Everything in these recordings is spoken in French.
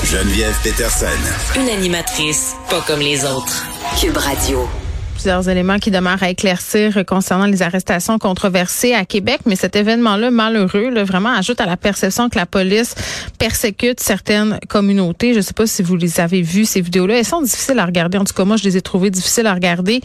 Geneviève Peterson. Une animatrice pas comme les autres. Cube Radio. Plusieurs éléments qui demeurent à éclaircir concernant les arrestations controversées à Québec, mais cet événement-là, malheureux, là, vraiment ajoute à la perception que la police persécute certaines communautés. Je ne sais pas si vous les avez vues, ces vidéos-là. Elles sont difficiles à regarder. En tout cas, moi, je les ai trouvées difficiles à regarder.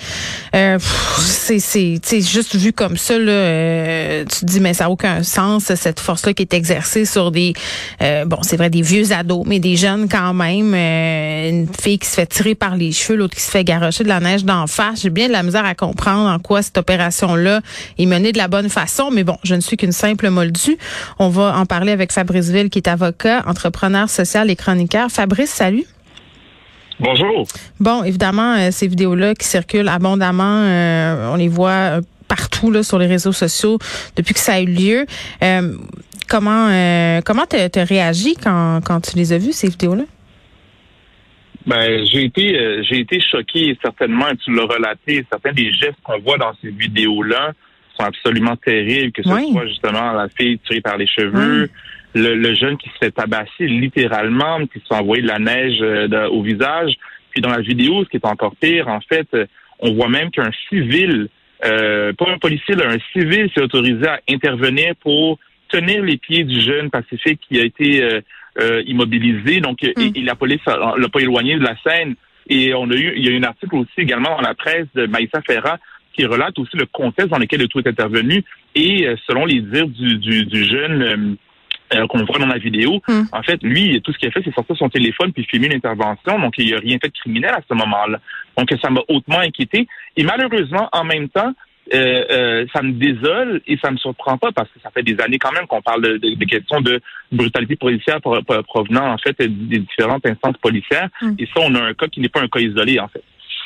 C'est juste vu comme ça, là, tu te dis, mais ça n'a aucun sens, cette force-là qui est exercée sur des, c'est vrai, des vieux ados, mais des jeunes quand même. Une fille qui se fait tirer par les cheveux, l'autre qui se fait garrocher de la neige d'en face. J'ai bien de la misère à comprendre en quoi cette opération-là est menée de la bonne façon, mais bon, je ne suis qu'une simple moldue. On va en parler avec Fabrice Ville, qui est avocat, entrepreneur social et chroniqueur. Fabrice, salut. Bonjour. Bon, évidemment, ces vidéos-là qui circulent abondamment, on les voit partout là sur les réseaux sociaux depuis que ça a eu lieu. Comment t'as réagi quand tu les as vues, ces vidéos-là? Ben, j'ai été choqué, certainement, et tu l'as relaté. Certains des gestes qu'on voit dans ces vidéos-là sont absolument terribles, que ce soit justement la fille tirée par les cheveux, le jeune qui se fait tabasser littéralement, qui se fait envoyer de la neige au visage. Puis dans la vidéo, ce qui est encore pire, en fait, on voit même qu'un civil, pas un policier, là, un civil s'est autorisé à intervenir pour tenir les pieds du jeune pacifique qui a été immobilisé, donc et la police l'a pas éloigné de la scène. Et il y a eu un article aussi également dans la presse de Maïssa Ferra qui relate aussi le contexte dans lequel le tout est intervenu. Et selon les dires du jeune qu'on voit dans la vidéo, en fait, lui, tout ce qu'il a fait, c'est sortir son téléphone puis filmer une intervention. Donc, il n'a rien fait de criminel à ce moment-là. Donc, ça m'a hautement inquiété. Et malheureusement, en même temps, ça me désole et ça me surprend pas parce que ça fait des années quand même qu'on parle de questions de brutalité policière provenant en fait des différentes instances policières. Et ça, on a un cas qui n'est pas un cas isolé en fait.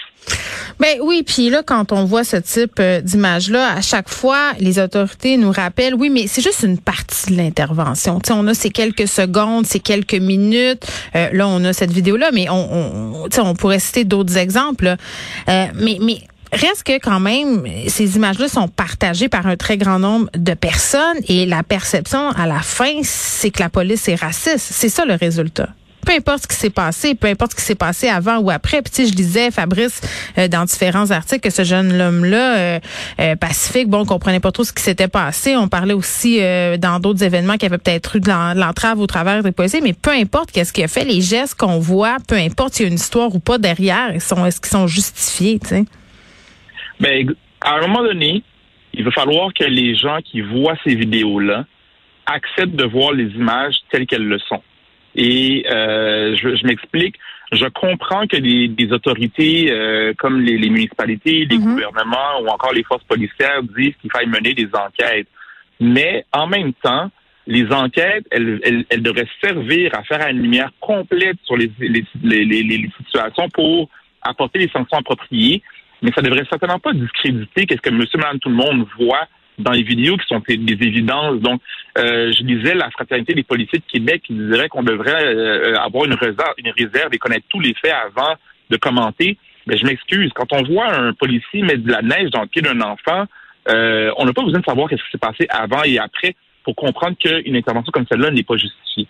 Ben oui, puis là, quand on voit ce type d'image-là, à chaque fois, les autorités nous rappellent, oui, mais c'est juste une partie de l'intervention. Tu sais, on a ces quelques secondes, ces quelques minutes. Là, on a cette vidéo-là, mais on pourrait citer d'autres exemples. Mais reste que quand même, ces images-là sont partagées par un très grand nombre de personnes et la perception à la fin, c'est que la police est raciste. C'est ça le résultat. Peu importe ce qui s'est passé, peu importe ce qui s'est passé avant ou après. Puis tu sais, je lisais, Fabrice, dans différents articles, que ce jeune homme-là, pacifique, on comprenait pas trop ce qui s'était passé. On parlait aussi dans d'autres événements qu'il y avait peut-être eu de l'entrave au travers des policiers. Mais peu importe qu'est-ce qu'il a fait, les gestes qu'on voit, peu importe s'il y a une histoire ou pas derrière, est-ce qu'ils sont justifiés, tu sais? Ben, à un moment donné, il va falloir que les gens qui voient ces vidéos-là acceptent de voir les images telles qu'elles le sont. Et je m'explique. Je comprends que des autorités comme les municipalités, les gouvernements ou encore les forces policières disent qu'il faille mener des enquêtes. Mais en même temps, les enquêtes, elles devraient servir à faire une lumière complète sur les situations pour apporter les sanctions appropriées. Mais ça devrait certainement pas discréditer qu'est-ce que monsieur, madame, tout le monde voit dans les vidéos qui sont des évidences. Donc, je lisais la Fraternité des policiers de Québec qui dirait qu'on devrait avoir une réserve et connaître tous les faits avant de commenter. Mais je m'excuse. Quand on voit un policier mettre de la neige dans le pied d'un enfant, on n'a pas besoin de savoir qu'est-ce qui s'est passé avant et après pour comprendre qu'une intervention comme celle-là n'est pas justifiée.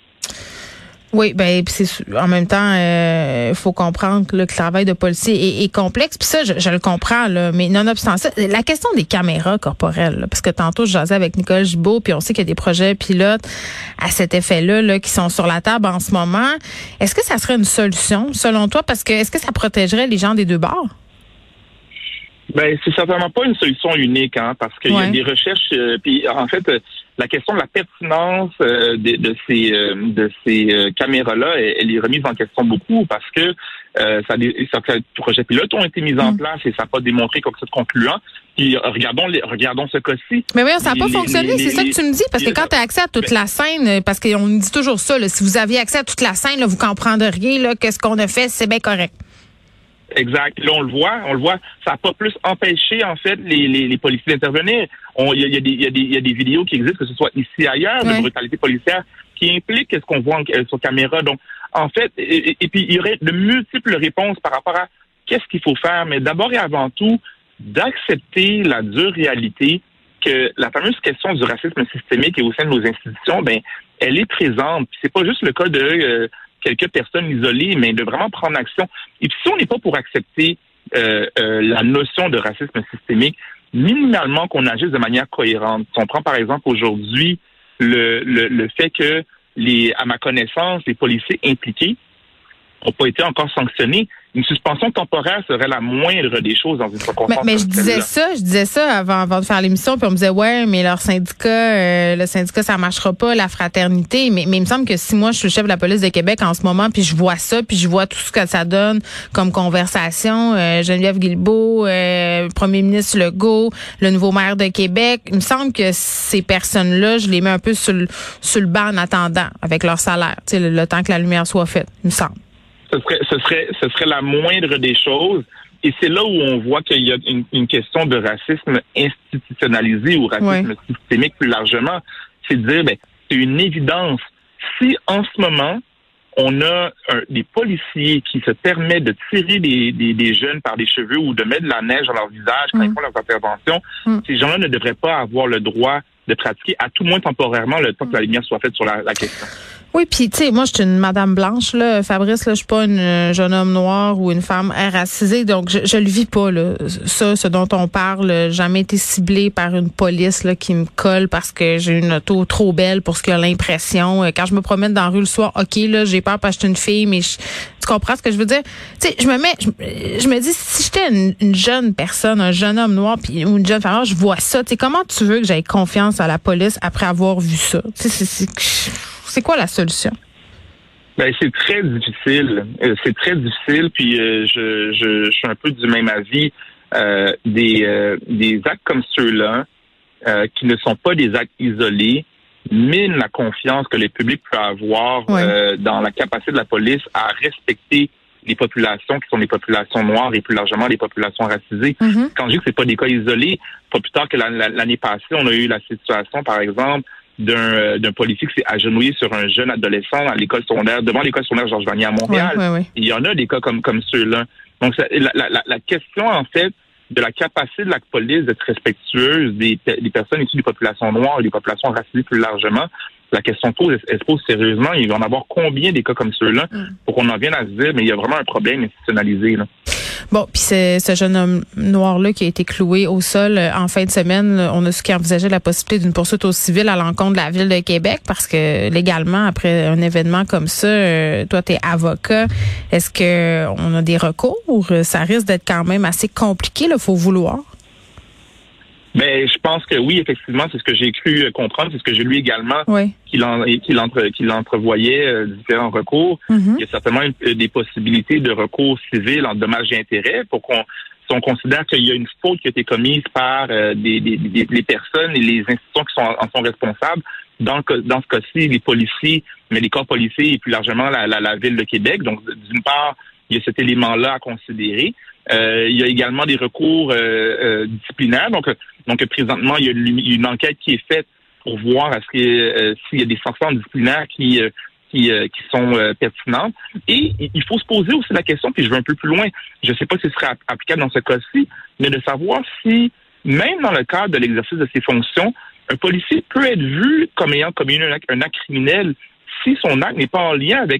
Oui, ben en même temps, faut comprendre que le travail de policier est complexe. Puis ça, je le comprends, là, mais nonobstant ça, la question des caméras corporelles, là, parce que tantôt je jasais avec Nicole Gibault, puis on sait qu'il y a des projets pilotes à cet effet-là là, qui sont sur la table en ce moment. Est-ce que ça serait une solution, selon toi? Parce que est-ce que ça protégerait les gens des deux bords? Ben, c'est certainement pas une solution unique, parce qu'il y a des recherches, puis en fait, la question de la pertinence de ces caméras-là, elle est remise en question beaucoup parce que certains projets pilotes ont été mis en place et ça n'a pas démontré quelque chose de concluant. Puis regardons ce cas-ci. Mais oui, ça n'a pas fonctionné, c'est ça que tu me dis, parce que quand tu as accès à toute la scène, parce qu'on nous dit toujours ça, là, si vous aviez accès à toute la scène, là, vous comprendriez là, qu'est-ce qu'on a fait, c'est bien correct. Exact. Là, on le voit. Ça n'a pas plus empêché, en fait, les policiers d'intervenir. Il y a des vidéos qui existent, que ce soit ici et ailleurs, de brutalité policière, qui impliquent ce qu'on voit sur caméra. Donc, en fait, et puis, il y aurait de multiples réponses par rapport à qu'est-ce qu'il faut faire. Mais d'abord et avant tout, d'accepter la dure réalité que la fameuse question du racisme systémique et au sein de nos institutions, elle est présente. Puis c'est pas juste le cas de quelques personnes isolées, mais de vraiment prendre action. Et puis si on n'est pas pour accepter la notion de racisme systémique, minimalement qu'on agisse de manière cohérente. Si on prend par exemple aujourd'hui le fait que à ma connaissance, les policiers impliqués n'ont pas été encore sanctionnés. Une suspension temporaire serait la moindre des choses dans une circonstance. Mais je disais ça avant de faire l'émission, puis on me disait ouais, mais leur syndicat, le syndicat ça marchera pas, la fraternité. Mais il me semble que si moi je suis le chef de la police de Québec en ce moment, puis je vois ça, puis je vois tout ce que ça donne comme conversation, Geneviève Guilbeault, premier ministre Legault, le nouveau maire de Québec, il me semble que ces personnes-là, je les mets un peu sur le banc en attendant avec leur salaire, tu sais, le temps que la lumière soit faite, il me semble. Ce serait la moindre des choses. Et c'est là où on voit qu'il y a une question de racisme institutionnalisé ou racisme systémique plus largement. C'est de dire, c'est une évidence. Si en ce moment, on a des policiers qui se permettent de tirer des jeunes par les cheveux ou de mettre de la neige dans leur visage quand ils font leurs interventions, ces gens-là ne devraient pas avoir le droit de pratiquer, à tout moins temporairement, le temps que la lumière soit faite sur la question. Oui, puis tu sais, moi, je suis une madame blanche, là, Fabrice, là, je suis pas un jeune homme noir ou une femme racisée, donc je le vis pas, là. Ça, ce dont on parle, jamais été ciblée par une police, là, qui me colle parce que j'ai une auto trop belle pour ce qu'il a l'impression. Quand je me promène dans la rue le soir, OK, là, j'ai peur parce que je suis une fille, mais tu comprends ce que je veux dire? Tu sais, je me dis, si j'étais une jeune personne, un jeune homme noir, puis ou une jeune femme, je vois ça, tu sais, comment tu veux que j'aie confiance à la police après avoir vu ça? Tu sais, c'est quoi la solution? C'est très difficile. C'est très difficile. Puis je suis un peu du même avis. Des actes comme ceux-là, qui ne sont pas des actes isolés, minent la confiance que le public peut avoir dans la capacité de la police à respecter les populations qui sont les populations noires et plus largement les populations racisées. Quand je dis que c'est pas des cas isolés, pas plus tard que l'année passée, on a eu la situation, par exemple, d'un policier qui s'est agenouillé sur un jeune adolescent à l'école secondaire, devant l'école secondaire Georges Vanier à Montréal. Il y en a des cas comme ceux-là. Donc, la question, en fait, de la capacité de la police d'être respectueuse des personnes issues des populations noires et des populations racisées plus largement, la question se pose sérieusement. Il va en avoir combien des cas comme ceux-là pour qu'on en vienne à se dire, mais il y a vraiment un problème institutionnalisé, là. Bon, puis c'est ce jeune homme noir-là qui a été cloué au sol en fin de semaine. On a su qu'il envisageait la possibilité d'une poursuite au civil à l'encontre de la Ville de Québec parce que légalement, après un événement comme ça, toi, t'es avocat. Est-ce que on a des recours? Ça risque d'être quand même assez compliqué, là, faut vouloir. Je pense que oui, effectivement, c'est ce que j'ai cru comprendre, c'est ce que j'ai lu également, qu'il entrevoyait différents recours. Il y a certainement des possibilités de recours civil en dommages et intérêts si on considère qu'il y a une faute qui a été commise par les personnes et les institutions qui en sont responsables. Dans ce cas-ci, les policiers, mais les corps policiers et plus largement la Ville de Québec. Donc, d'une part, il y a cet élément-là à considérer. Il y a également des recours disciplinaires. Donc présentement, il y a une enquête qui est faite pour voir s'il y a des sanctions disciplinaires qui sont pertinentes. Et il faut se poser aussi la question, puis je vais un peu plus loin, je ne sais pas si ce serait applicable dans ce cas-ci, mais de savoir si, même dans le cadre de l'exercice de ses fonctions, un policier peut être vu comme ayant commis un acte criminel si son acte n'est pas en lien avec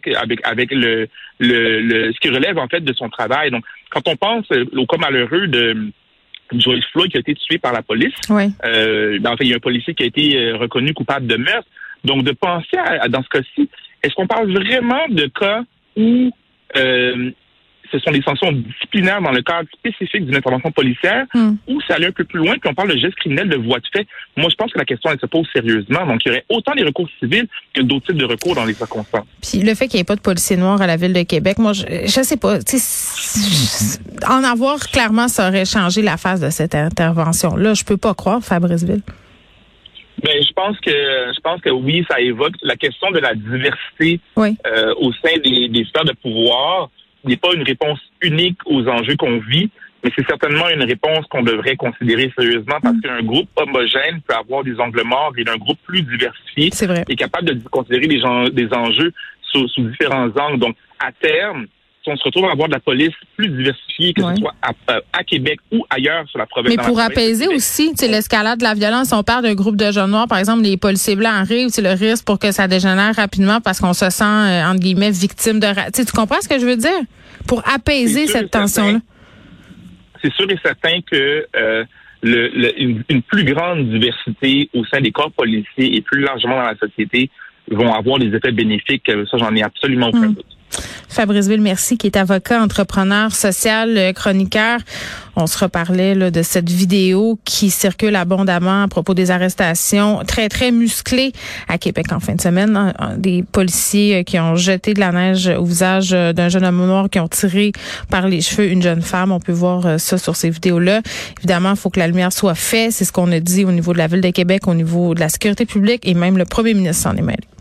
ce qui relève en fait de son travail. Donc, quand on pense au cas malheureux de George Floyd qui a été tué par la police, il y a un policier qui a été reconnu coupable de meurtre. Donc, de penser dans ce cas-ci, est-ce qu'on parle vraiment de cas où ce sont des sanctions disciplinaires dans le cadre spécifique d'une intervention policière ou ça allait un peu plus loin puis on parle de gestes criminels de voie de fait? Moi, je pense que la question, elle se pose sérieusement. Donc, il y aurait autant des recours civils que d'autres types de recours dans les circonstances. Puis le fait qu'il n'y ait pas de policiers noirs à la Ville de Québec, moi, je sais pas. En avoir, clairement, ça aurait changé la phase de cette intervention-là. Je peux pas croire, Fabrice Ville. Je pense que oui, ça évoque la question de la diversité au sein des sphères de pouvoir. N'est pas une réponse unique aux enjeux qu'on vit, mais c'est certainement une réponse qu'on devrait considérer sérieusement parce qu'un groupe homogène peut avoir des angles morts et un groupe plus diversifié est capable de considérer des enjeux sous différents angles. Donc, à terme, on se retrouve à avoir de la police plus diversifiée, que ce soit à Québec ou ailleurs sur la province. Mais pour apaiser aussi, l'escalade de la violence, on parle d'un groupe de jeunes noirs, par exemple, les policiers blancs arrivent, c'est le risque pour que ça dégénère rapidement parce qu'on se sent, entre guillemets, victime de... Tu comprends ce que je veux dire? Pour apaiser cette tension-là. C'est sûr et certain que une plus grande diversité au sein des corps policiers et plus largement dans la société vont avoir des effets bénéfiques. Ça, j'en ai absolument aucun doute. Fabrice Ville-Mercier, qui est avocat, entrepreneur social, chroniqueur. On se reparlait de cette vidéo qui circule abondamment à propos des arrestations très, très musclées à Québec en fin de semaine. Des policiers qui ont jeté de la neige au visage d'un jeune homme noir, qui ont tiré par les cheveux une jeune femme. On peut voir ça sur ces vidéos-là. Évidemment, il faut que la lumière soit faite. C'est ce qu'on a dit au niveau de la Ville de Québec, au niveau de la sécurité publique, et même le premier ministre s'en est mêlé.